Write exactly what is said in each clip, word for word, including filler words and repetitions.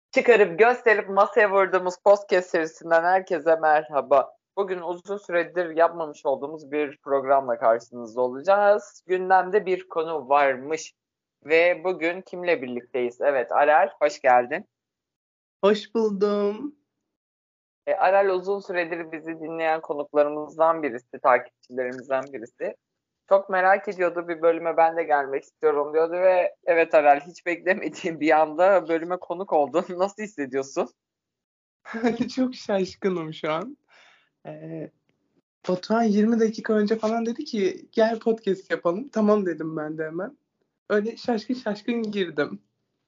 Çıkarıp gösterip masaya vurduğumuz podcast serisinden herkese merhaba. Bugün uzun süredir yapmamış olduğumuz bir programla karşınızda olacağız. Gündemde bir konu varmış ve bugün kimle birlikteyiz? Evet, Aral, hoş geldin. Hoş buldum. E, Aral uzun süredir bizi dinleyen konuklarımızdan birisi, takipçilerimizden birisi. Çok merak ediyordu, bir bölüme ben de gelmek istiyorum diyordu ve evet Aral, hiç beklemediğim bir anda bölüme konuk oldun. Nasıl hissediyorsun? Çok şaşkınım şu an. Ee, Batuhan yirmi dakika önce falan dedi ki gel podcast yapalım. Tamam dedim ben de hemen. Öyle şaşkın şaşkın girdim.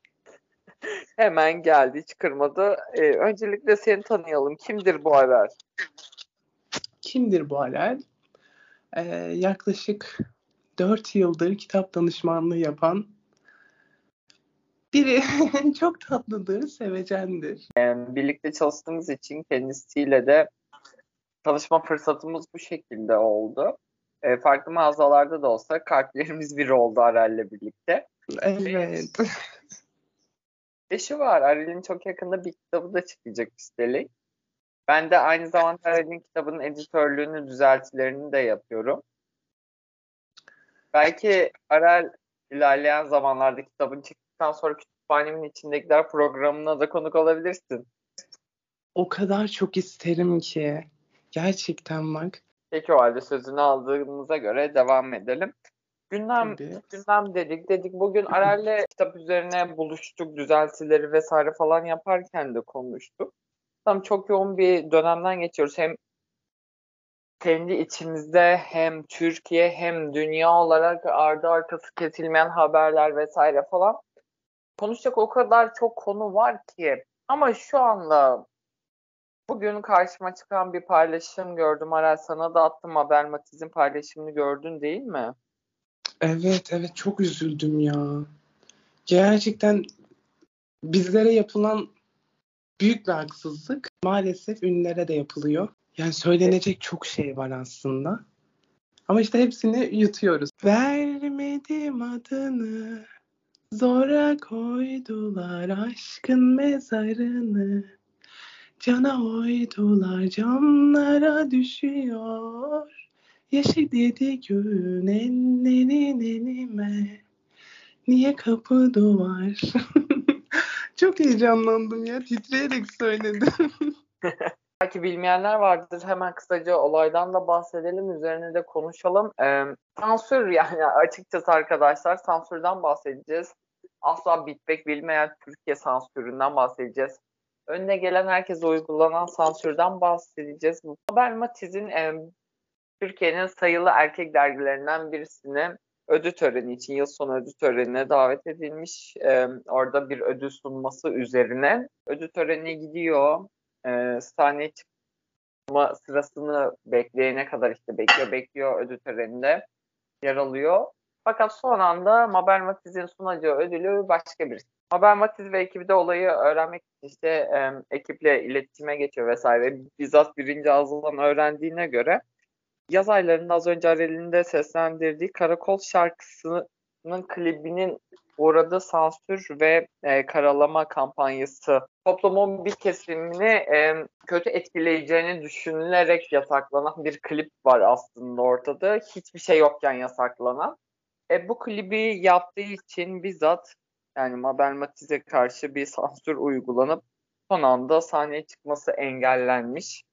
Hemen geldi, hiç kırmadı. Ee, öncelikle seni tanıyalım. Kimdir bu Aral? Kimdir bu Halal? Ee, yaklaşık dört yıldır kitap danışmanlığı yapan biri. Çok tatlıdır, sevecendir. Ee, birlikte çalıştığımız için kendisiyle de çalışma fırsatımız bu şekilde oldu. Ee, farklı mağazalarda da olsa kalplerimiz bir oldu Aral'le birlikte. Evet. Ve şu var, Aral'in çok yakında bir kitabı da çıkacak üstelik. Ben de aynı zamanda Aral'in kitabının editörlüğünü, düzeltilerini de yapıyorum. Belki Aral ilerleyen zamanlarda kitabın çıktıktan sonra Kütüphanemin içindekiler programına da konuk olabilirsin. O kadar çok isterim ki. Gerçekten bak. Peki o halde sözünü aldığımıza göre devam edelim. Gündem, Tabii. gündem dedik. Dedik bugün Aral'le kitap üzerine buluştuk, düzeltileri vesaire falan yaparken de konuştuk. Tam çok yoğun bir dönemden geçiyoruz. Hem kendi içimizde hem Türkiye hem dünya olarak ardı arkası kesilmeyen haberler vesaire falan. Konuşacak o kadar çok konu var ki. Ama şu anda bugün karşıma çıkan bir paylaşım gördüm. Aral, sana da attım, Haber Matiz'in paylaşımını gördün değil mi? Evet, evet çok üzüldüm ya. Gerçekten bizlere yapılan büyük bir haksızlık maalesef ünlülere de yapılıyor. Yani söylenecek çok şey var aslında. Ama işte hepsini yutuyoruz. Vermedim adını, zora koydular aşkın mezarını. Cana oydular, camlara düşüyor. Yaşı dedi gün ellerin elime. Niye kapı duvar? Çok heyecanlandım ya. Titreyerek söyledim. Belki bilmeyenler vardır. Hemen kısaca olaydan da bahsedelim. Üzerine de konuşalım. Ee, sansür, yani açıkçası arkadaşlar, sansürden bahsedeceğiz. Asla bitmek bilmeyen Türkiye sansüründen bahsedeceğiz. Önüne gelen herkese uygulanan sansürden bahsedeceğiz. Haber Matiz'in e, Türkiye'nin sayılı erkek dergilerinden birisine ödül töreni için, yıl sonu ödül törenine davet edilmiş. Ee, orada bir ödül sunması üzerine ödül törenine gidiyor. Ee, sahneye çıkma sırasını bekleyene kadar işte bekliyor bekliyor ödül töreninde yer alıyor. Fakat son anda Mabel Matiz'in sunacağı ödülü başka birisi. Mabel Matiz ve ekibi de olayı öğrenmek için işte e, ekiple iletişime geçiyor vesaire. Bizzat birinci ağzından öğrendiğine göre yaz aylarında az önce Arel'in de seslendirdiği Karakol şarkısının klibinin uğradığı sansür ve e, karalama kampanyası toplumun bir kesimini e, kötü etkileyeceğini düşünülerek yasaklanan bir klip var aslında ortada. Hiçbir şey yokken yasaklanan. E, bu klibi yaptığı için bizzat yani Mabel Matiz'e karşı bir sansür uygulanıp son anda sahneye çıkması engellenmiş.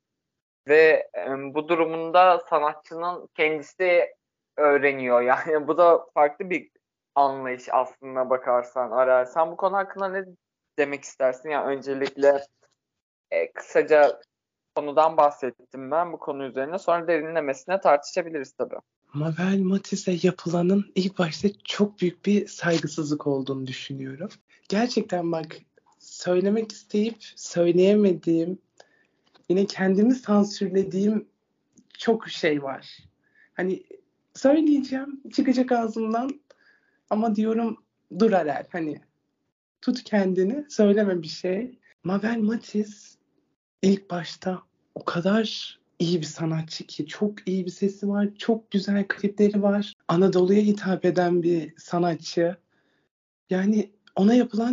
Ve e, bu durumunda sanatçının kendisi öğreniyor. Yani bu da farklı bir anlayış aslında bakarsan Arar. Sen bu konu hakkında ne demek istersin? Yani öncelikle e, kısaca konudan bahsettim ben bu konu üzerine. Sonra derinlemesine tartışabiliriz tabii. Mabel Matiz'e yapılanın ilk başta çok büyük bir saygısızlık olduğunu düşünüyorum. Gerçekten bak, söylemek isteyip söyleyemediğim, yine kendimi sansürlediğim çok şey var. Hani söyleyeceğim, çıkacak ağzımdan ama diyorum dur Arel, hani tut kendini, söyleme bir şey. Mabel Matiz ilk başta o kadar iyi bir sanatçı ki, çok iyi bir sesi var, çok güzel klipleri var. Anadolu'ya hitap eden bir sanatçı. Yani ona yapılan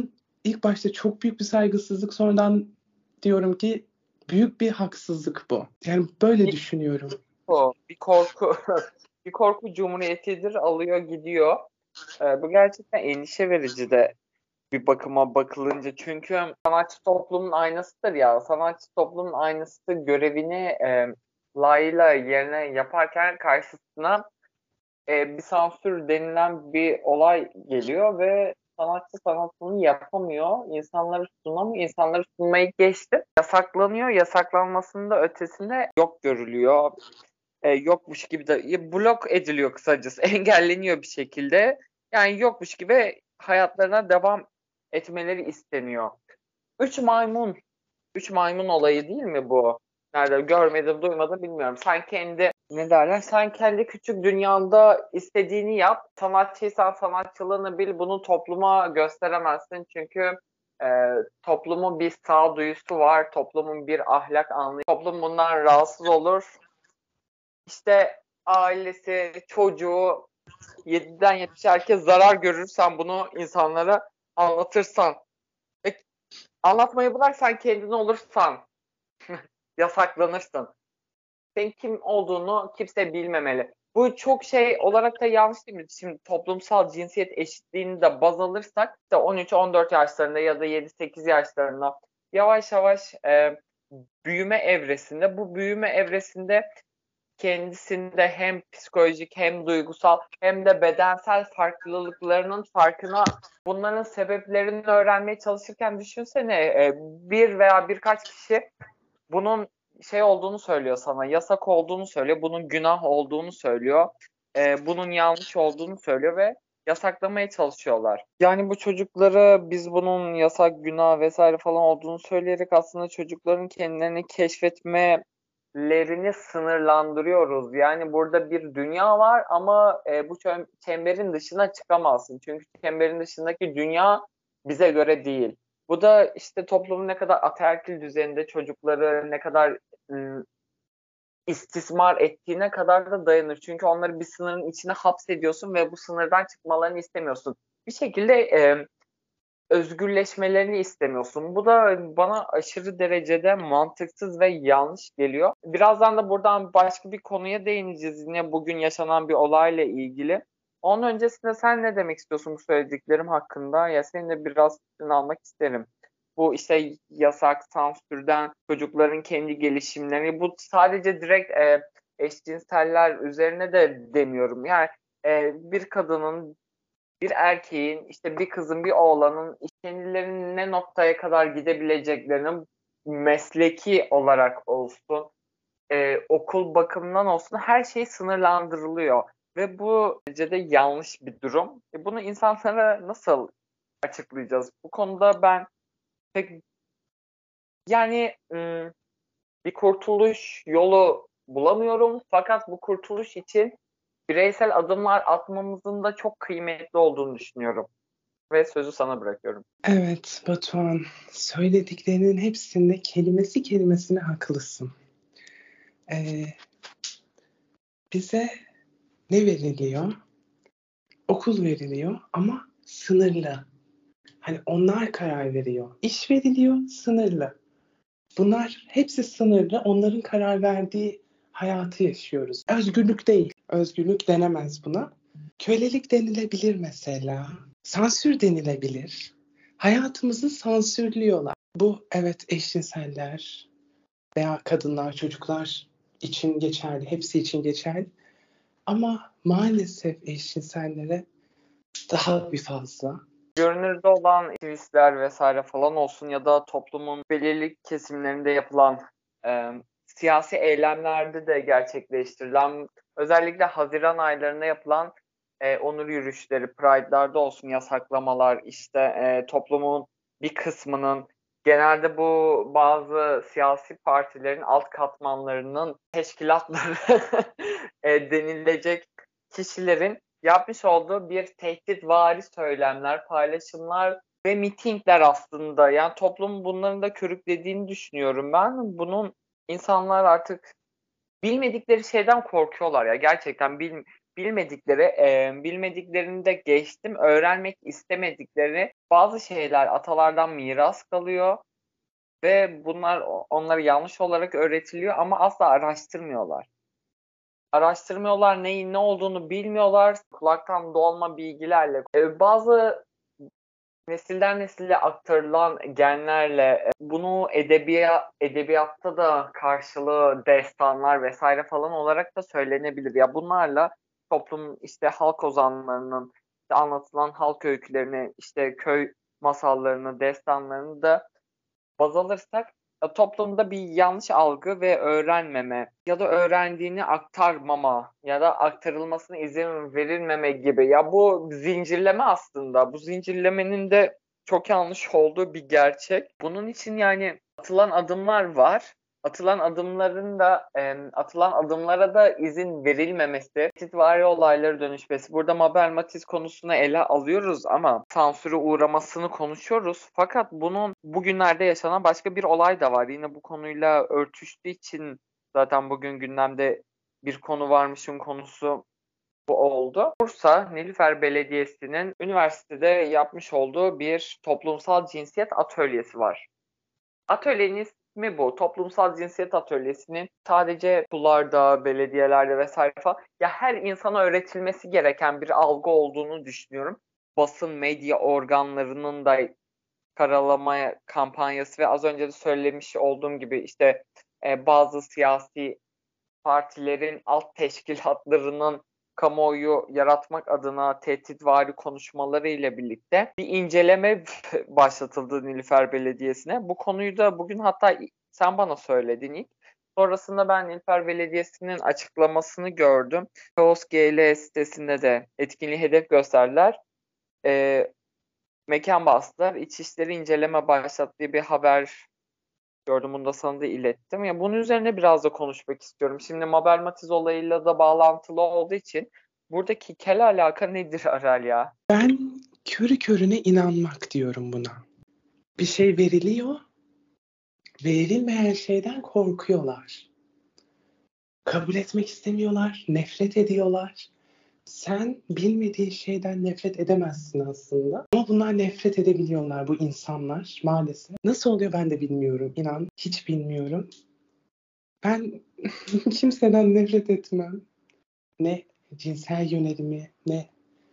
ilk başta çok büyük bir saygısızlık, sonradan diyorum ki büyük bir haksızlık bu. Yani böyle Bir düşünüyorum. korku, bir korku, bir korku cumhuriyetidir, alıyor gidiyor. Ee, bu gerçekten endişe verici de bir bakıma bakılınca. Çünkü sanatçı toplumun aynasıdır ya. Sanatçı toplumun aynası görevini e, layığıyla yerine yaparken karşısına e, bir sansür denilen bir olay geliyor ve sanatçı sanatını yapamıyor. İnsanları sunamıyor. İnsanları sunmayı geçti. Yasaklanıyor. Yasaklanmasının da ötesinde yok görülüyor. E, yokmuş gibi de ya, blok ediliyor kısacası. Engelleniyor bir şekilde. Yani yokmuş gibi hayatlarına devam etmeleri isteniyor. Üç maymun. Üç maymun olayı değil mi bu? Nerede görmedim, duymadım bilmiyorum. Sen kendi ne derler? Sen kendi küçük dünyanda istediğini yap. Sanatçıysan sanatçılığını bil. Bunu topluma gösteremezsin. Çünkü e, toplumun bir sağduyusu var. Toplumun bir ahlak anlayışı. Toplum bundan rahatsız olur. İşte ailesi, çocuğu yediden yetmişe herkes zarar görür. Sen bunu insanlara anlatırsan. Ve anlatmayı bırak, sen kendin olursan yasaklanırsın. Senin kim olduğunu kimse bilmemeli. Bu çok şey olarak da yanlış değil mi? Şimdi toplumsal cinsiyet eşitliğini de baz alırsak işte on üç on dört yaşlarında ya da yedi sekiz yaşlarında yavaş yavaş e, büyüme evresinde, bu büyüme evresinde kendisinde hem psikolojik hem duygusal hem de bedensel farklılıklarının farkına, bunların sebeplerini öğrenmeye çalışırken düşünsene e, bir veya birkaç kişi bunun şey olduğunu söylüyor sana, yasak olduğunu söylüyor, bunun günah olduğunu söylüyor, e, bunun yanlış olduğunu söylüyor ve yasaklamaya çalışıyorlar. Yani bu çocuklara biz bunun yasak, günah vesaire falan olduğunu söyleyerek aslında çocukların kendilerini keşfetmelerini sınırlandırıyoruz. Yani burada bir dünya var ama e, bu çemberin dışına çıkamazsın. Çünkü çemberin dışındaki dünya bize göre değil. Bu da işte toplumun ne kadar ataerkil düzeninde çocukları ne kadar ım, istismar ettiğine kadar da dayanır. Çünkü onları bir sınırın içine hapsediyorsun ve bu sınırdan çıkmalarını istemiyorsun. Bir şekilde e, özgürleşmelerini istemiyorsun. Bu da bana aşırı derecede mantıksız ve yanlış geliyor. Birazdan da buradan başka bir konuya değineceğiz. Yine bugün yaşanan bir olayla ilgili. Onun öncesinde sen ne demek istiyorsun bu söylediklerim hakkında? Ya senin de biraz fikrini almak isterim. Bu işte yasak, sansürden, çocukların kendi gelişimleri. Bu sadece direkt e, eşcinseller üzerine de demiyorum. Yani e, bir kadının, bir erkeğin, işte bir kızın, bir oğlanın kendilerinin ne noktaya kadar gidebileceklerinin mesleki olarak olsun, e, okul bakımından olsun her şey sınırlandırılıyor. Ve bu derecede yanlış bir durum. E, bunu insanlara nasıl açıklayacağız? Bu konuda ben pek yani ım, bir kurtuluş yolu bulamıyorum. Fakat bu kurtuluş için bireysel adımlar atmamızın da çok kıymetli olduğunu düşünüyorum. Ve sözü sana bırakıyorum. Evet Batuhan, söylediklerinin hepsinde kelimesi kelimesine haklısın. Ee, bize ne veriliyor? Okul veriliyor ama sınırlı. Hani onlar karar veriyor. İş veriliyor, sınırlı. Bunlar hepsi sınırlı. Onların karar verdiği hayatı yaşıyoruz. Özgürlük değil. Özgürlük denemez buna. Kölelik denilebilir mesela. Sansür denilebilir. Hayatımızı sansürlüyorlar. Bu evet eşcinseller veya kadınlar, çocuklar için geçerli. Hepsi için geçerli. Ama maalesef eşcinsellere daha bir fazla. Görünürde olan aktivistler vesaire falan olsun ya da toplumun belirli kesimlerinde yapılan e, siyasi eylemlerde de gerçekleştirilen, özellikle Haziran aylarında yapılan e, onur yürüyüşleri, Pride'larda olsun yasaklamalar, işte e, toplumun bir kısmının, genelde bu bazı siyasi partilerin alt katmanlarının teşkilatları e, denilecek kişilerin yapmış olduğu bir tehditvari söylemler, paylaşımlar ve mitingler aslında. Yani toplum bunların da körüklediğini düşünüyorum ben. Bunun insanlar artık bilmedikleri şeyden korkuyorlar ya. Gerçekten bil, bilmedikleri, e, bilmediklerini de geçtim, öğrenmek istemedikleri bazı şeyler atalardan miras kalıyor ve bunlar onlara yanlış olarak öğretiliyor ama asla araştırmıyorlar. Araştırmıyorlar, neyin ne olduğunu bilmiyorlar. Kulaktan dolma bilgilerle. E, bazı nesilden nesile aktarılan genlerle e, bunu edebiyat, edebiyatta da karşılığı destanlar vesaire falan olarak da söylenebilir. Ya bunlarla toplum işte halk ozanlarının işte anlatılan halk öykülerini, işte köy masallarını, destanlarını da baz alırsak ya toplumda bir yanlış algı ve öğrenmeme ya da öğrendiğini aktarmama ya da aktarılmasına izin verilmeme gibi. Ya bu zincirleme aslında. Bu zincirlemenin de çok yanlış olduğu bir gerçek. Bunun için yani atılan adımlar var. Atılan adımların da e, atılan adımlara da izin verilmemesi, tehditvari olaylara dönüşmesi. Burada Mabel Matiz konusunu ele alıyoruz ama sansüre uğramasını konuşuyoruz. Fakat bunun bugünlerde yaşanan başka bir olay da var. Yine bu konuyla örtüştüğü için zaten bugün gündemde bir konu varmışın konusu bu oldu. Bursa Nilüfer Belediyesi'nin üniversitede yapmış olduğu bir toplumsal cinsiyet atölyesi var. Atölyenin ismi bu. Toplumsal cinsiyet atölyesinin sadece okullarda, belediyelerde vesaire falan ya her insana öğretilmesi gereken bir algı olduğunu düşünüyorum. Basın, medya organlarının da karalama kampanyası ve az önce de söylemiş olduğum gibi işte e, bazı siyasi partilerin alt teşkilatlarının kamuoyu yaratmak adına tehditvari konuşmaları ile birlikte bir inceleme başlatıldı Nilüfer Belediyesi'ne. Bu konuyu da bugün hatta sen bana söyledin ilk. Sonrasında ben Nilüfer Belediyesi'nin açıklamasını gördüm. Kaos G L sitesinde de etkinliği hedef gösterdiler. E, mekan bastılar. İçişleri inceleme başlattığı bir haber gördüm. Bunu da sana da ilettim. Ya bunun üzerine biraz da konuşmak istiyorum. Şimdi Mabel Matiz olayıyla da bağlantılı olduğu için buradaki kel alaka nedir Aral ya? Ben körü körüne inanmak diyorum buna. Bir şey veriliyor, verilmeyen şeyden korkuyorlar. Kabul etmek istemiyorlar, nefret ediyorlar. Sen bilmediğin şeyden nefret edemezsin aslında. Ama bunlar nefret edebiliyorlar, bu insanlar maalesef. Nasıl oluyor ben de bilmiyorum, inan. Hiç bilmiyorum. Ben kimseden nefret etmem. Ne cinsel yönelimi, ne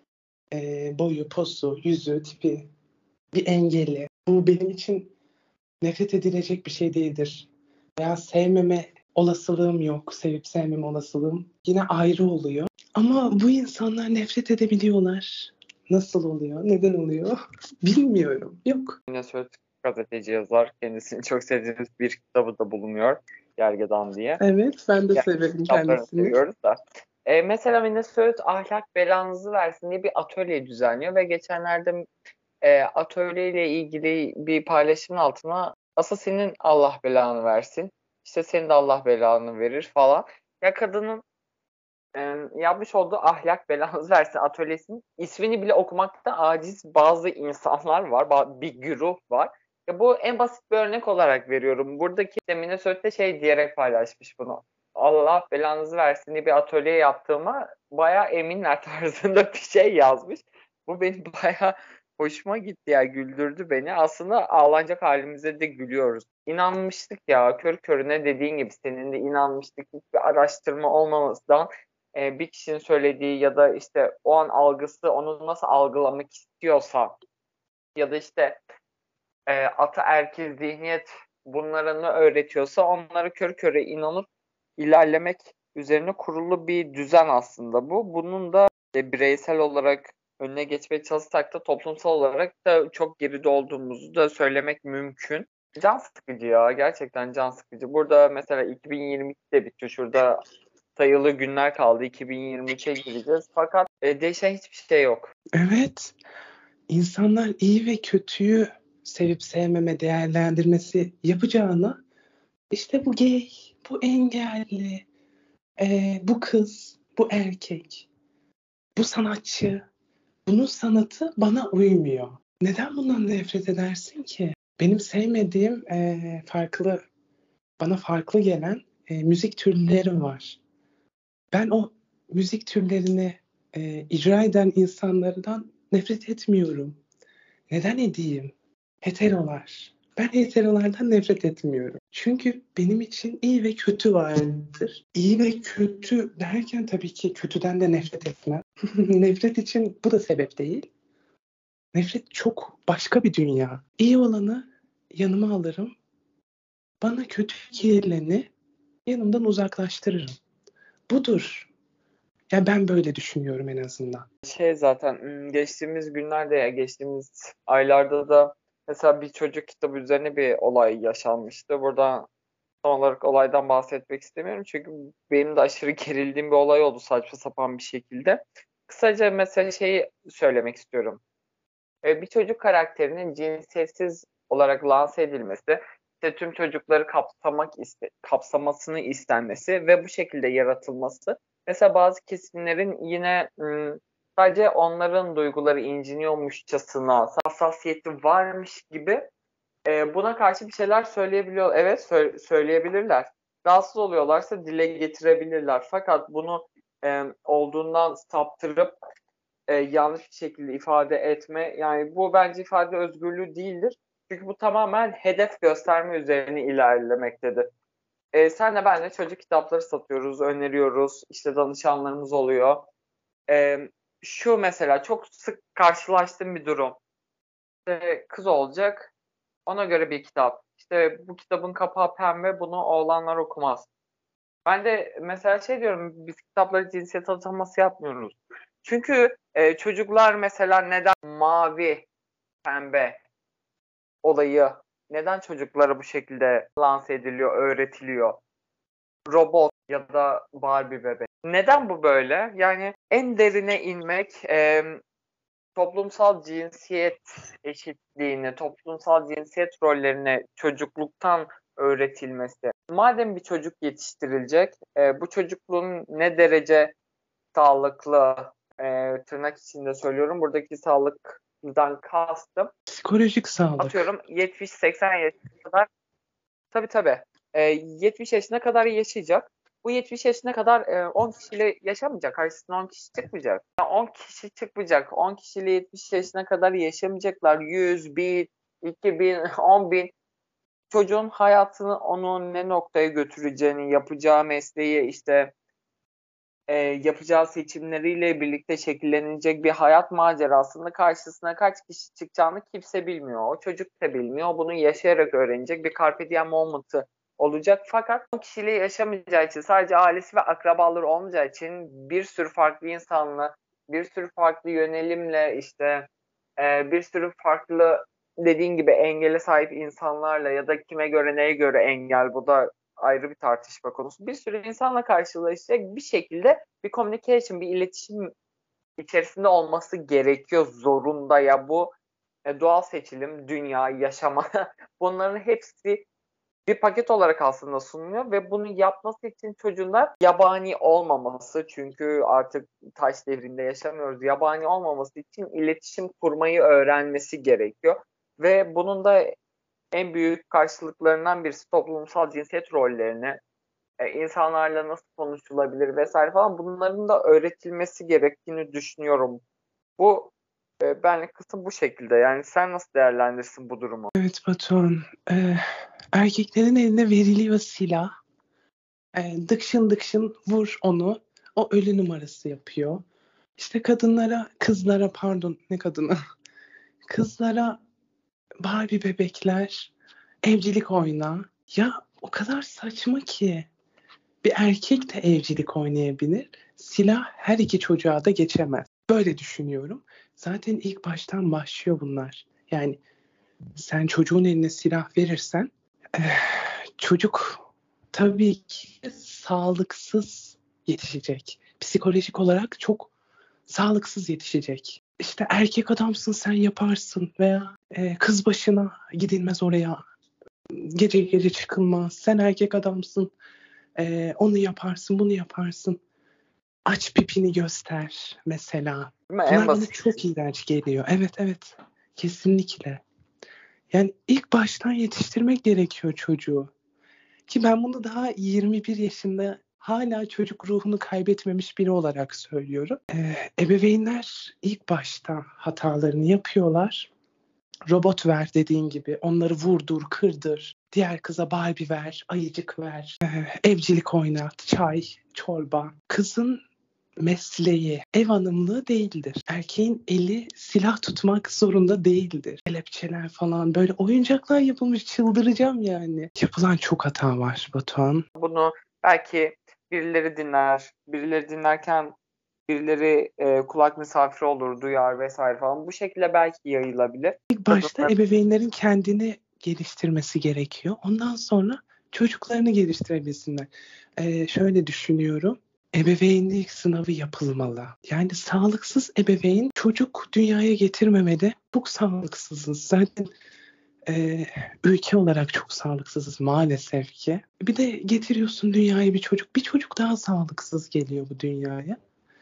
e, boyu, posu, yüzü, tipi, bir engeli. Bu benim için nefret edilecek bir şey değildir. Veya sevmeme olasılığım yok. Sevip sevmeme olasılığım yine ayrı oluyor. Ama bu insanlar nefret edebiliyorlar. Nasıl oluyor? Neden oluyor? Bilmiyorum. Yok. Yine Söğüt gazeteci yazar. Kendisini çok sevdiğimiz bir kitabı da bulunuyor. Gergedan diye. Evet, ben de Yani severim kitaplarını kendisini. seviyoruz da. E, mesela Mine Söğüt ahlak belanızı versin diye bir atölye düzenliyor ve geçenlerde e, atölyeyle ilgili bir paylaşımın altına asıl senin Allah belanı versin. İşte senin de Allah belanı verir falan. Ya kadının e, yapmış olduğu ahlak belanızı versin atölyesinin ismini bile okumakta aciz bazı insanlar var. ba- Bir güruh var. Ya bu en basit bir örnek olarak veriyorum. Buradaki Emine Söğüt de şey diyerek paylaşmış bunu. Allah belanızı versin diye bir atölye yaptığıma bayağı eminler tarzında bir şey yazmış. Bu benim bayağı hoşuma gitti ya, güldürdü beni. Aslında ağlanacak halimize de gülüyoruz. İnanmıştık ya, kör körüne dediğin gibi senin de inanmıştık. Hiçbir araştırma olmamasından e, bir kişinin söylediği ya da işte o an algısı onu nasıl algılamak istiyorsa ya da işte e, ataerkil zihniyet bunlara ne öğretiyorsa onlara kör köre inanıp ilerlemek üzerine kurulu bir düzen aslında bu. Bunun da e, bireysel olarak önüne geçmeye çalışsak da toplumsal olarak da çok geride olduğumuzu da söylemek mümkün. Can sıkıcı ya. Gerçekten can sıkıcı. Burada mesela iki bin yirmi ikide bitiyor. Şurada sayılı günler kaldı. iki bin yirmi üçe gireceğiz. Fakat e, değişen hiçbir şey yok. Evet. İnsanlar iyi ve kötüyü sevip sevmeme değerlendirmesi yapacağına işte bu gay, bu engelli, e, bu kız, bu erkek, bu sanatçı, bunun sanatı bana uymuyor. Neden bundan nefret edersin ki? Benim sevmediğim e, farklı, bana farklı gelen e, müzik türleri var. Ben o müzik türlerini e, icra eden insanlardan nefret etmiyorum. Neden edeyim? Heterolar. Ben heterolardan nefret etmiyorum. Çünkü benim için iyi ve kötü vardır. İyi ve kötü derken tabii ki kötüden de nefret etmem. Nefret için bu da sebep değil. Nefret çok başka bir dünya. İyi olanı yanıma alırım. Bana kötü geleni yanımdan uzaklaştırırım. Budur. Ya ben böyle düşünüyorum en azından. Şey zaten hmm, geçtiğimiz günlerde ya geçtiğimiz aylarda da mesela bir çocuk kitabı üzerine bir olay yaşanmıştı. Burada tam olarak olaydan bahsetmek istemiyorum çünkü benim de aşırı gerildiğim bir olay oldu saçma sapan bir şekilde. Kısaca mesela şeyi söylemek istiyorum. Ee, bir çocuk karakterinin cinsiyetsiz olarak lanse edilmesi, işte tüm çocukları kapsamak iste, kapsamasını istenmesi ve bu şekilde yaratılması. Mesela bazı kesimlerin yine ım, sadece onların duyguları inciniyormuşçasına, hassasiyeti varmış gibi e, buna karşı bir şeyler söyleyebiliyor. Evet sö- söyleyebilirler. Rahatsız oluyorlarsa dile getirebilirler. Fakat bunu e, olduğundan saptırıp e, yanlış bir şekilde ifade etme, yani bu bence ifade özgürlüğü değildir. Çünkü bu tamamen hedef gösterme üzerine ilerlemektedir. E, senle ben de çocuk kitapları satıyoruz, öneriyoruz, işte danışanlarımız oluyor. E, Şu mesela çok sık karşılaştığım bir durum. İşte kız olacak, ona göre bir kitap. İşte bu kitabın kapağı pembe, bunu oğlanlar okumaz. Ben de mesela şey diyorum, biz kitapları cinsiyet ataması yapmıyoruz. Çünkü e, çocuklar mesela neden mavi, pembe olayı neden çocuklara bu şekilde lanse ediliyor, öğretiliyor? Robot ya da Barbie bebek. Neden bu böyle? Yani en derine inmek, e, toplumsal cinsiyet eşitliğini, toplumsal cinsiyet rollerini çocukluktan öğretilmesi. Madem bir çocuk yetiştirilecek, e, bu çocukluğun ne derece sağlıklı, e, tırnak içinde söylüyorum. Buradaki sağlıktan kastım. Psikolojik sağlık. Atıyorum yetmiş seksen yaşına kadar, tabii tabii, e, yetmiş yaşına kadar yaşayacak. Bu yetmiş yaşına kadar e, on kişiyle yaşamayacak. Karşısına on kişi çıkmayacak. Yani on kişi çıkmayacak. on kişiyle yetmiş yaşına kadar yaşamayacaklar. yüz, bin, iki bin, on bin. Çocuğun hayatını onu ne noktaya götüreceğini, yapacağı mesleği, işte e, yapacağı seçimleriyle birlikte şekillenecek bir hayat macerasında karşısına kaç kişi çıkacağını kimse bilmiyor. O çocuk da bilmiyor. Bunu yaşayarak öğrenecek bir carpe diem moment'ı olacak. Fakat o kişiyle yaşamayacağı için, sadece ailesi ve akrabaları olmayacağı için bir sürü farklı insanla, bir sürü farklı yönelimle, işte e, bir sürü farklı, dediğin gibi engele sahip insanlarla ya da kime göre neye göre engel, bu da ayrı bir tartışma konusu. Bir sürü insanla karşılaşacak, bir şekilde bir communication, bir iletişim içerisinde olması gerekiyor, zorunda ya, bu e, doğal seçilim, dünya, yaşama bunların hepsi bir paket olarak aslında sunuluyor ve bunu yapması için çocuğun yabani olmaması, çünkü artık taş devrinde yaşamıyoruz, yabani olmaması için iletişim kurmayı öğrenmesi gerekiyor ve bunun da en büyük karşılıklarından birisi toplumsal cinsiyet rollerini, e, insanlarla nasıl konuşulabilir vesaire falan, bunların da öğretilmesi gerektiğini düşünüyorum. Bu e, benlik kısım bu şekilde. Yani sen nasıl değerlendirirsin bu durumu? Evet Batuhan. Ee, erkeklerin eline veriliyor silah. Ee, dıkşın dıkşın vur onu. O ölü numarası yapıyor. İşte kadınlara, kızlara pardon ne kadını? Kızlara Barbie bebekler, evcilik oyna. Ya o kadar saçma ki. Bir erkek de evcilik oynayabilir. Silah her iki çocuğa da geçemez. Böyle düşünüyorum. Zaten ilk baştan başlıyor bunlar. Yani sen çocuğun eline silah verirsen eh, çocuk tabii ki sağlıksız yetişecek. Psikolojik olarak çok sağlıksız yetişecek. İşte erkek adamsın sen yaparsın veya e, kız başına gidilmez oraya. Gece gece çıkılmaz. Sen erkek adamsın. E, onu yaparsın, bunu yaparsın. Aç pipini göster mesela. Değil mi? En Bunlar bana basit. çok iğrenç geliyor. Evet evet. Kesinlikle. Yani ilk baştan yetiştirmek gerekiyor çocuğu. Ki ben bunu daha yirmi bir yaşında hala çocuk ruhunu kaybetmemiş biri olarak söylüyorum. Ee, ebeveynler ilk başta hatalarını yapıyorlar. Robot ver dediğin gibi. Onları vurdur, kırdır. Diğer kıza Barbie ver, ayıcık ver. Ee, evcilik oynat, çay, çorba. Kızın mesleği ev hanımlığı değildir. Erkeğin eli silah tutmak zorunda değildir. Kelepçeler falan böyle oyuncaklar yapılmış, çıldıracağım yani. Yapılan çok hata var Batuhan. Bunu belki birileri dinler, birileri dinlerken birileri e, kulak misafiri olur, duyar vesaire falan. Bu şekilde belki yayılabilir. İlk başta Kadınlar ebeveynlerin kendini geliştirmesi gerekiyor. Ondan sonra çocuklarını geliştirebilsinler. Ee, şöyle düşünüyorum. Ebeveynlik sınavı yapılmalı. Yani sağlıksız ebeveyn çocuk dünyaya getirmemeli. Çok sağlıksızız. Zaten e, ülke olarak çok sağlıksızız maalesef ki. Bir de getiriyorsun dünyaya bir çocuk. Bir çocuk daha sağlıksız geliyor bu dünyaya.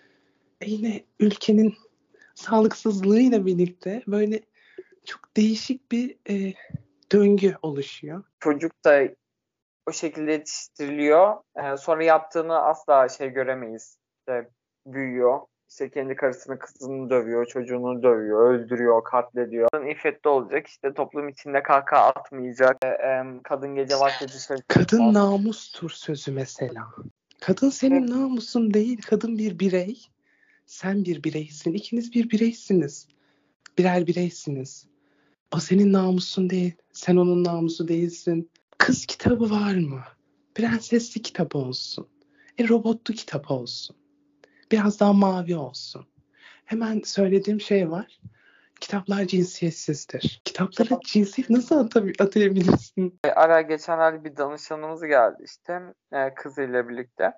E yine ülkenin sağlıksızlığıyla birlikte böyle çok değişik bir e, döngü oluşuyor. çocuk da o şekilde yetiştiriliyor. E, sonra yaptığını asla şey göremeyiz. İşte büyüyor. İşte kendi karısını, kızını dövüyor, çocuğunu dövüyor, öldürüyor, katlediyor. Kadın iffetli olacak, işte toplum içinde kahkaha atmayacak. E, e, kadın gece vakti dışarı Kadın çıkmaz. namustur sözü mesela. Kadın senin namusun değil, kadın bir birey. Sen bir bireysin, ikiniz bir bireysiniz. Birer bireysiniz. O senin namusun değil, sen onun namusu değilsin. Kız kitabı var mı? Prensesli kitabı olsun. E robotlu kitabı olsun. Biraz daha mavi olsun. Hemen söylediğim şey var. Kitaplar cinsiyetsizdir. Kitaplara cinsiyet nasıl atabi- atayabilirsin? E, ara geçenlerde bir danışanımız geldi işte e, kızıyla birlikte.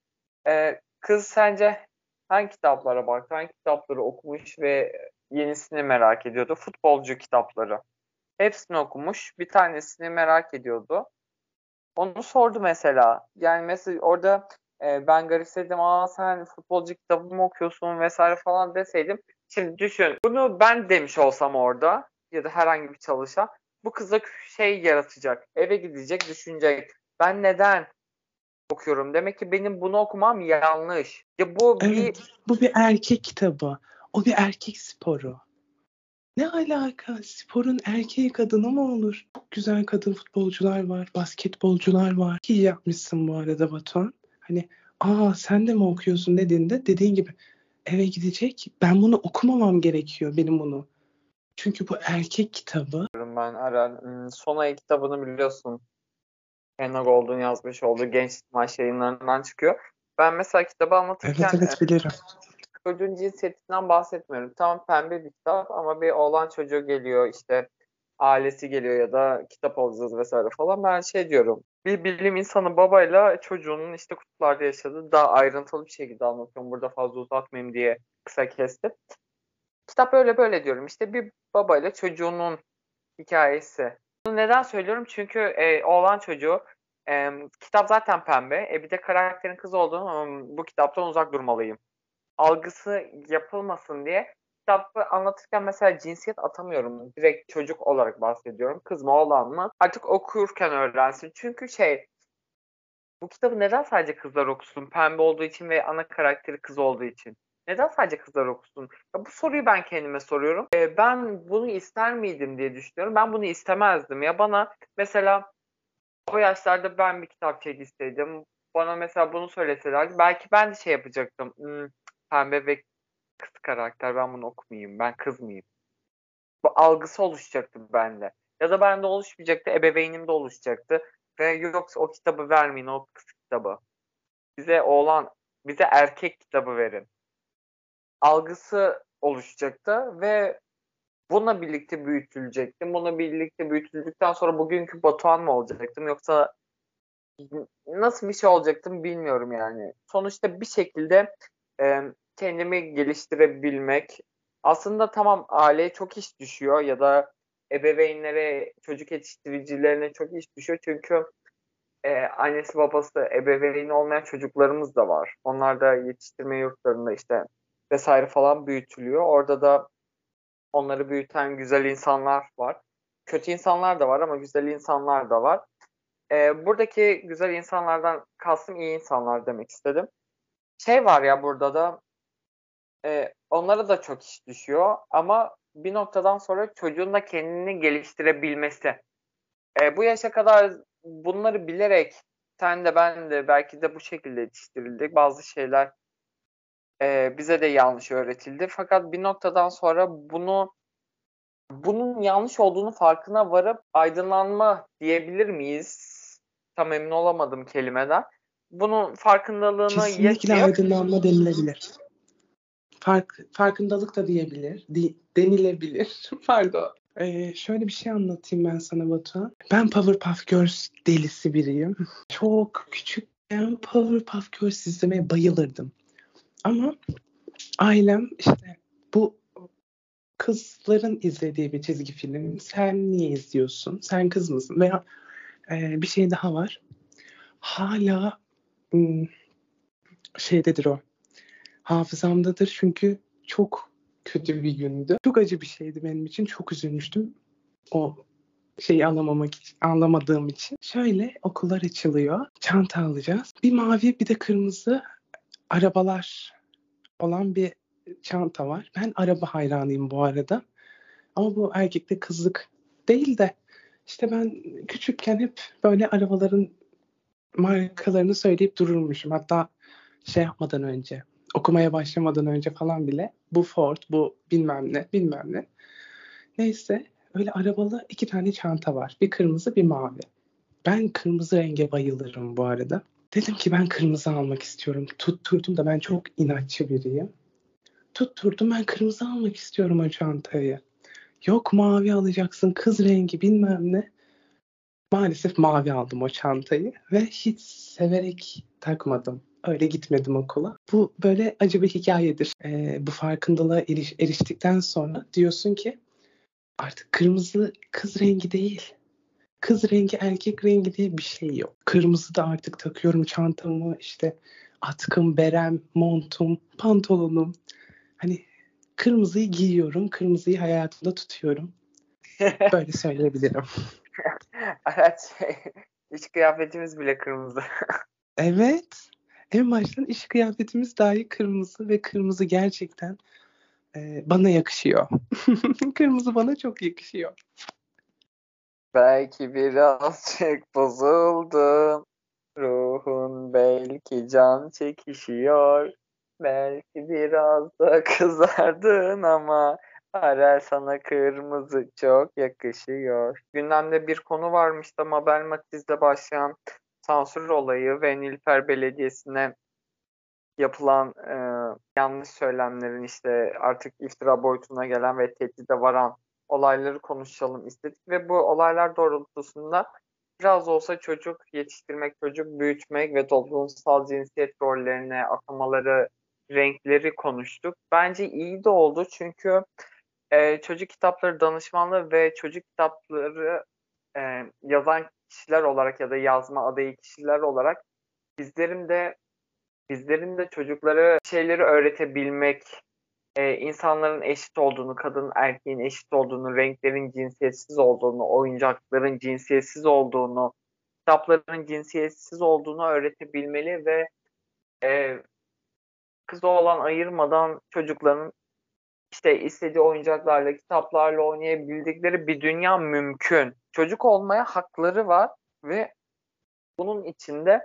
E, kız sence hangi kitaplara baktı, hangi kitapları okumuş ve yenisini merak ediyordu? Futbolcu kitapları. Hepsini okumuş. Bir tanesini merak ediyordu. Onu sordu mesela. Yani mesela orada e, ben garipsedim. Aa sen futbolcu kitabı mı okuyorsun vesaire falan deseydim. Şimdi düşün. Bunu ben demiş olsam orada ya da herhangi bir çalışan bu kıza şey yaratacak. Eve gidecek, düşünecek. Ben neden okuyorum? Demek ki benim bunu okumam yanlış. Ya bu bir Evet, bu bir erkek kitabı. O bir erkek sporu. Ne alaka? Sporun erkeği kadını mı olur? Çok güzel kadın futbolcular var, basketbolcular var. İyi yapmışsın bu arada Batuhan. Hani aa sen de mi okuyorsun dediğinde dediğin gibi eve gidecek. Ben bunu okumamam gerekiyor benim bunu. Çünkü bu erkek kitabı. ben Aren. Hmm, Sonay kitabını biliyorsun. Henna Gold'un yazmış olduğu Genç İsmail yayınlarından çıkıyor. Ben mesela kitabı Evet anlatırken e, evet bilirim. çocuğun cinsiyetinden bahsetmiyorum. Tamam pembe bir kitap ama bir oğlan çocuğu geliyor işte ailesi geliyor ya da kitap alacağız vesaire falan. Ben şey diyorum. Bir bilim insanı babayla çocuğunun işte kutuplarda yaşadığı daha ayrıntılı bir şekilde anlatıyorum. Burada fazla uzatmayayım diye kısa kestim. Kitap öyle böyle diyorum. İşte bir babayla çocuğunun hikayesi. Bunu neden söylüyorum? Çünkü e, oğlan çocuğu e, kitap zaten pembe. E, bir de karakterin kız olduğunu "Hmm, bu kitaptan uzak durmalıyım algısı yapılmasın diye kitabı anlatırken mesela cinsiyet atamıyorum. Direkt çocuk olarak bahsediyorum. Kız mı oğlan mı? Artık okurken öğrensin. Çünkü şey bu kitabı neden sadece kızlar okusun? Pembe olduğu için ve ana karakteri kız olduğu için. Neden sadece kızlar okusun? Ya bu soruyu ben kendime soruyorum. Ee, ben bunu ister miydim diye düşünüyorum. Ben bunu istemezdim. Ya bana mesela o yaşlarda ben bir kitap çekilseydim. Bana mesela bunu söyleselerdi. Belki ben de şey yapacaktım. Hmm, pembe ve kız karakter ben bunu okumayayım. Ben kız mıyım? Bu algısı oluşacaktı bende. Ya da bende oluşmayacaktı. Ebeveynimde oluşacaktı. Ve yoksa o kitabı vermeyin o kız kitabı. Bize oğlan, bize erkek kitabı verin. Algısı oluşacaktı ve bununla birlikte büyütülecektim. Bununla birlikte büyütüldükten sonra bugünkü Batuhan mı olacaktım yoksa nasıl bir şey olacaktım bilmiyorum yani. Sonuçta bir şekilde e, kendimi geliştirebilmek aslında tamam aileye çok iş düşüyor ya da ebeveynlere, çocuk yetiştiricilerine çok iş düşüyor. Çünkü e, annesi babası ebeveyni olmayan çocuklarımız da var. Onlar da yetiştirme yurtlarında işte vesaire falan büyütülüyor. Orada da onları büyüten güzel insanlar var. Kötü insanlar da var ama güzel insanlar da var. e, buradaki güzel insanlardan kastım iyi insanlar demek istedim. Şey var ya burada da e, onlara da çok iş düşüyor ama bir noktadan sonra çocuğun da kendini geliştirebilmesi. E, bu yaşa kadar bunları bilerek sen de ben de belki de bu şekilde yetiştirildik. Bazı şeyler e, bize de yanlış öğretildi. Fakat bir noktadan sonra bunu bunun yanlış olduğunu farkına varıp aydınlanma diyebilir miyiz? Tam emin olamadım kelimeden. Bunun farkındalığını Kesinlikle yaşayıp aydınlanma denilebilir. Fark, farkındalık da diyebilir, di, denilebilir. Pardon. Ee, şöyle bir şey anlatayım ben sana Batuhan. Ben Powerpuff Girls delisi biriyim. Çok küçükken Powerpuff Girls izlemeye bayılırdım. Ama ailem işte bu kızların izlediği bir çizgi film. Sen niye izliyorsun? Sen kız mısın? Veya e, bir şey daha var. Hala hmm, şeydedir o. Hafızamdadır çünkü çok kötü bir gündü. Çok acı bir şeydi benim için. Çok üzülmüştüm. O şeyi anlamamak için, anlamadığım için. Şöyle okullar açılıyor. Çanta alacağız. Bir mavi bir de kırmızı arabalar olan bir çanta var. Ben araba hayranıyım bu arada. Ama bu erkekte kızlık değil de işte ben küçükken hep böyle arabaların markalarını söyleyip dururmuşum. Hatta şey yapmadan önce, okumaya başlamadan önce falan bile bu Ford, bu bilmem ne, bilmem ne. Neyse öyle arabalı iki tane çanta var. Bir kırmızı, bir mavi. Ben kırmızı renge bayılırım bu arada. Dedim ki ben kırmızı almak istiyorum. Tutturdum da ben çok inatçı biriyim. Tutturdum ben kırmızı almak istiyorum o çantayı. Yok mavi alacaksın, kız rengi bilmem ne. Maalesef mavi aldım o çantayı ve hiç severek takmadım. Öyle gitmedim okula. Bu böyle acı bir hikayedir. Ee, bu farkındalığa eriş, eriştikten sonra diyorsun ki artık kırmızı kız rengi değil. Kız rengi erkek rengi diye bir şey yok. Kırmızı da artık takıyorum çantamı işte atkım, berem, montum, pantolonum. Hani kırmızıyı giyiyorum, kırmızıyı hayatımda tutuyorum. Böyle söyleyebilirim. evet, iç kıyafetimiz bile kırmızı. Evet. En baştan iş kıyafetimiz dahi kırmızı ve kırmızı gerçekten e, bana yakışıyor. Kırmızı bana çok yakışıyor. Belki birazcık bozuldun. Ruhun belki can çekişiyor. Belki biraz da kızardın ama Arel sana kırmızı çok yakışıyor. Gündemde bir konu varmış da Mabel Matiz'de başlayan sansür olayı ve Nilüfer Belediyesi'ne yapılan e, yanlış söylemlerin işte artık iftira boyutuna gelen ve tehdide varan olayları konuşalım istedik ve bu olaylar doğrultusunda biraz da olsa çocuk yetiştirmek, çocuk büyütmek ve toplumsal cinsiyet rollerine atamaları, renkleri konuştuk. Bence iyi de oldu çünkü e, çocuk kitapları danışmanlığı ve çocuk kitapları e, yazan kişiler olarak ya da yazma adayı kişiler olarak bizlerin de bizlerin de çocuklara şeyleri öğretebilmek, e, insanların eşit olduğunu, kadın erkeğin eşit olduğunu, renklerin cinsiyetsiz olduğunu, oyuncakların cinsiyetsiz olduğunu, kitapların cinsiyetsiz olduğunu öğretebilmeli ve e, kız oğlan ayırmadan çocukların işte istediği oyuncaklarla, kitaplarla oynayabildikleri bir dünya mümkün. Çocuk olmaya hakları var ve bunun içinde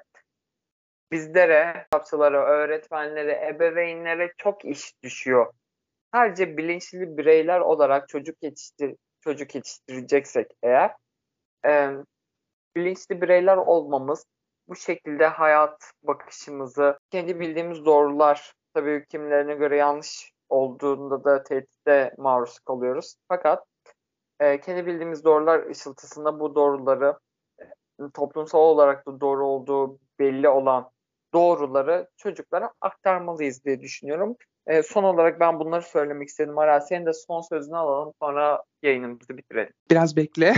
bizlere, kitapçılara, öğretmenlere, ebeveynlere çok iş düşüyor. Sadece bilinçli bireyler olarak çocuk yetiştir çocuk yetiştireceksek eğer e, bilinçli bireyler olmamız bu şekilde hayat bakışımızı kendi bildiğimiz doğrular tabii kimilerine göre yanlış olduğunda da tehditte maruz kalıyoruz. Fakat e, kendi bildiğimiz doğrular ışıltısında bu doğruları e, toplumsal olarak da doğru olduğu belli olan doğruları çocuklara aktarmalıyız diye düşünüyorum. E, son olarak ben bunları söylemek istedim. Aral senin de son sözünü alalım sonra yayınımızı bitirelim. Biraz bekle.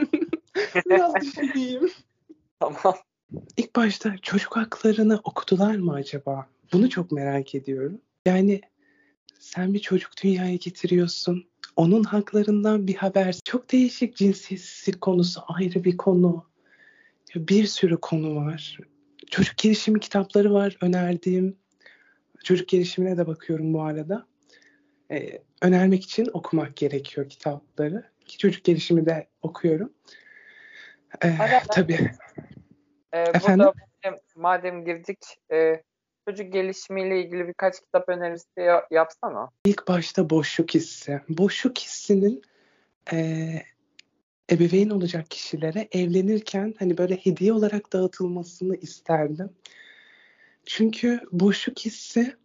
Biraz düşüneyim. Tamam. İlk başta çocuk haklarını okudular mı acaba? Bunu çok merak ediyorum. Yani sen bir çocuk dünyaya getiriyorsun. Onun haklarından bir haber. Çok değişik cinsiyetsizlik konusu ayrı bir konu. Bir sürü konu var. Çocuk gelişimi kitapları var önerdiğim. Çocuk gelişimine de bakıyorum bu arada. Ee, önermek için okumak gerekiyor kitapları. Ki çocuk gelişimi de okuyorum. Ee, tabii. Ee, Efendim? burada madem, madem girdik, e, çocuk gelişimiyle ilgili birkaç kitap önerisi ya- yapsana. İlk başta boşluk hissi. Boşluk hissinin e, ebeveyn olacak kişilere evlenirken hani böyle hediye olarak dağıtılmasını isterdim. Çünkü boşluk hissi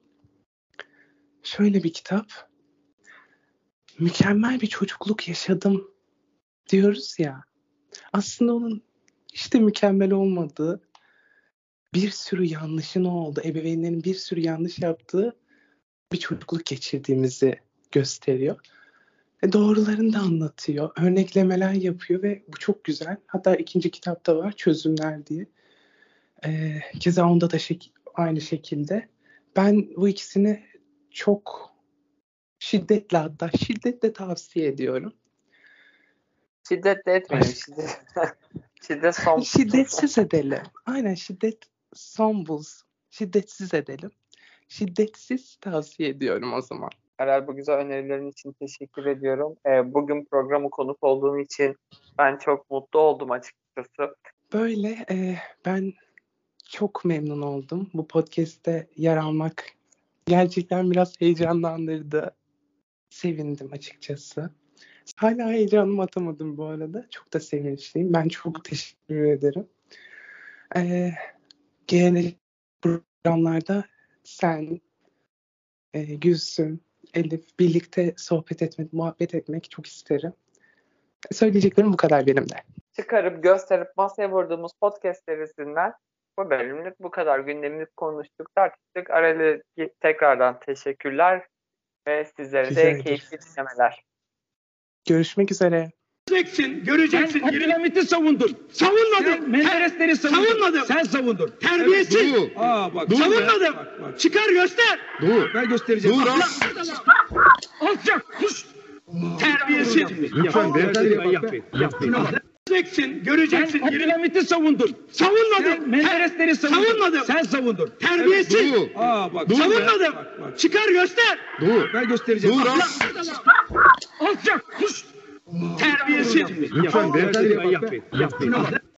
şöyle bir kitap. Mükemmel bir çocukluk yaşadım diyoruz ya. Aslında onun işte mükemmel olmadığı, bir sürü yanlışın oldu. Ebeveynlerin bir sürü yanlış yaptığı bir çocukluk geçirdiğimizi gösteriyor. E doğrularını da anlatıyor. Örneklemeler yapıyor ve bu çok güzel. Hatta ikinci kitapta var, Çözümler diye. E, keza onda da şek- aynı şekilde. Ben bu ikisini çok şiddetle, hatta şiddetle tavsiye ediyorum. Şiddet de etmeyelim. Şiddet, şiddet son. Şiddetsiz edelim. Aynen, şiddet son bulsun. Şiddetsiz edelim. Şiddetsiz tavsiye ediyorum o zaman. Herhalde bu güzel önerilerin için teşekkür ediyorum. Ee, bugün programı konuk olduğum için ben çok mutlu oldum açıkçası. Böyle e, ben çok memnun oldum. Bu podcast'te yer almak gerçekten biraz heyecanlandırdı. Sevindim açıkçası. Hala heyecanımı atamadım bu arada. Çok da sevinçliyim. Ben çok teşekkür ederim. Ee, Genel programlarda sen, e, Gülsüm, Elif birlikte sohbet etmek, muhabbet etmek çok isterim. Söyleyeceklerim bu kadar benim de. Çıkarıp gösterip masaya vurduğumuz podcast serisinden bu bölümlük bu kadar. Gündemimizi konuştuk, tartıştık. Aralı tekrardan teşekkürler ve sizlere Rica de ederim. keyifli dinlemeler. Görüşmek üzere. Göreceksin, göreceksin. Sen Abdülhamit'i savundun. Savunmadım. Sen Menderesleri savundun. Savunmadım. Sen savundun. Terbiyesiz. Evet, Aa bak. Savunmadım. Bak, bak. Çıkar göster. Dur. Ben göstereceğim. Dur. Alçak. Kuş. Terbiyesiz. Lütfen beyefendi yapmayın. Yapmayın. Göreceksin, göreceksin. Sen Abdülhamit'i savundun. Savunmadım. Sen Menderesleri savundun. Savunmadım. Sen savundun. Terbiyesiz. Evet, Aa bak. Savunmadım. Bak, bak. Çıkar göster. Dur. Ben göstereceğim. Dur. Alçak. Kuş. Terbiyesiz. Lütfen beyefendi yapmayın. Yapmayın.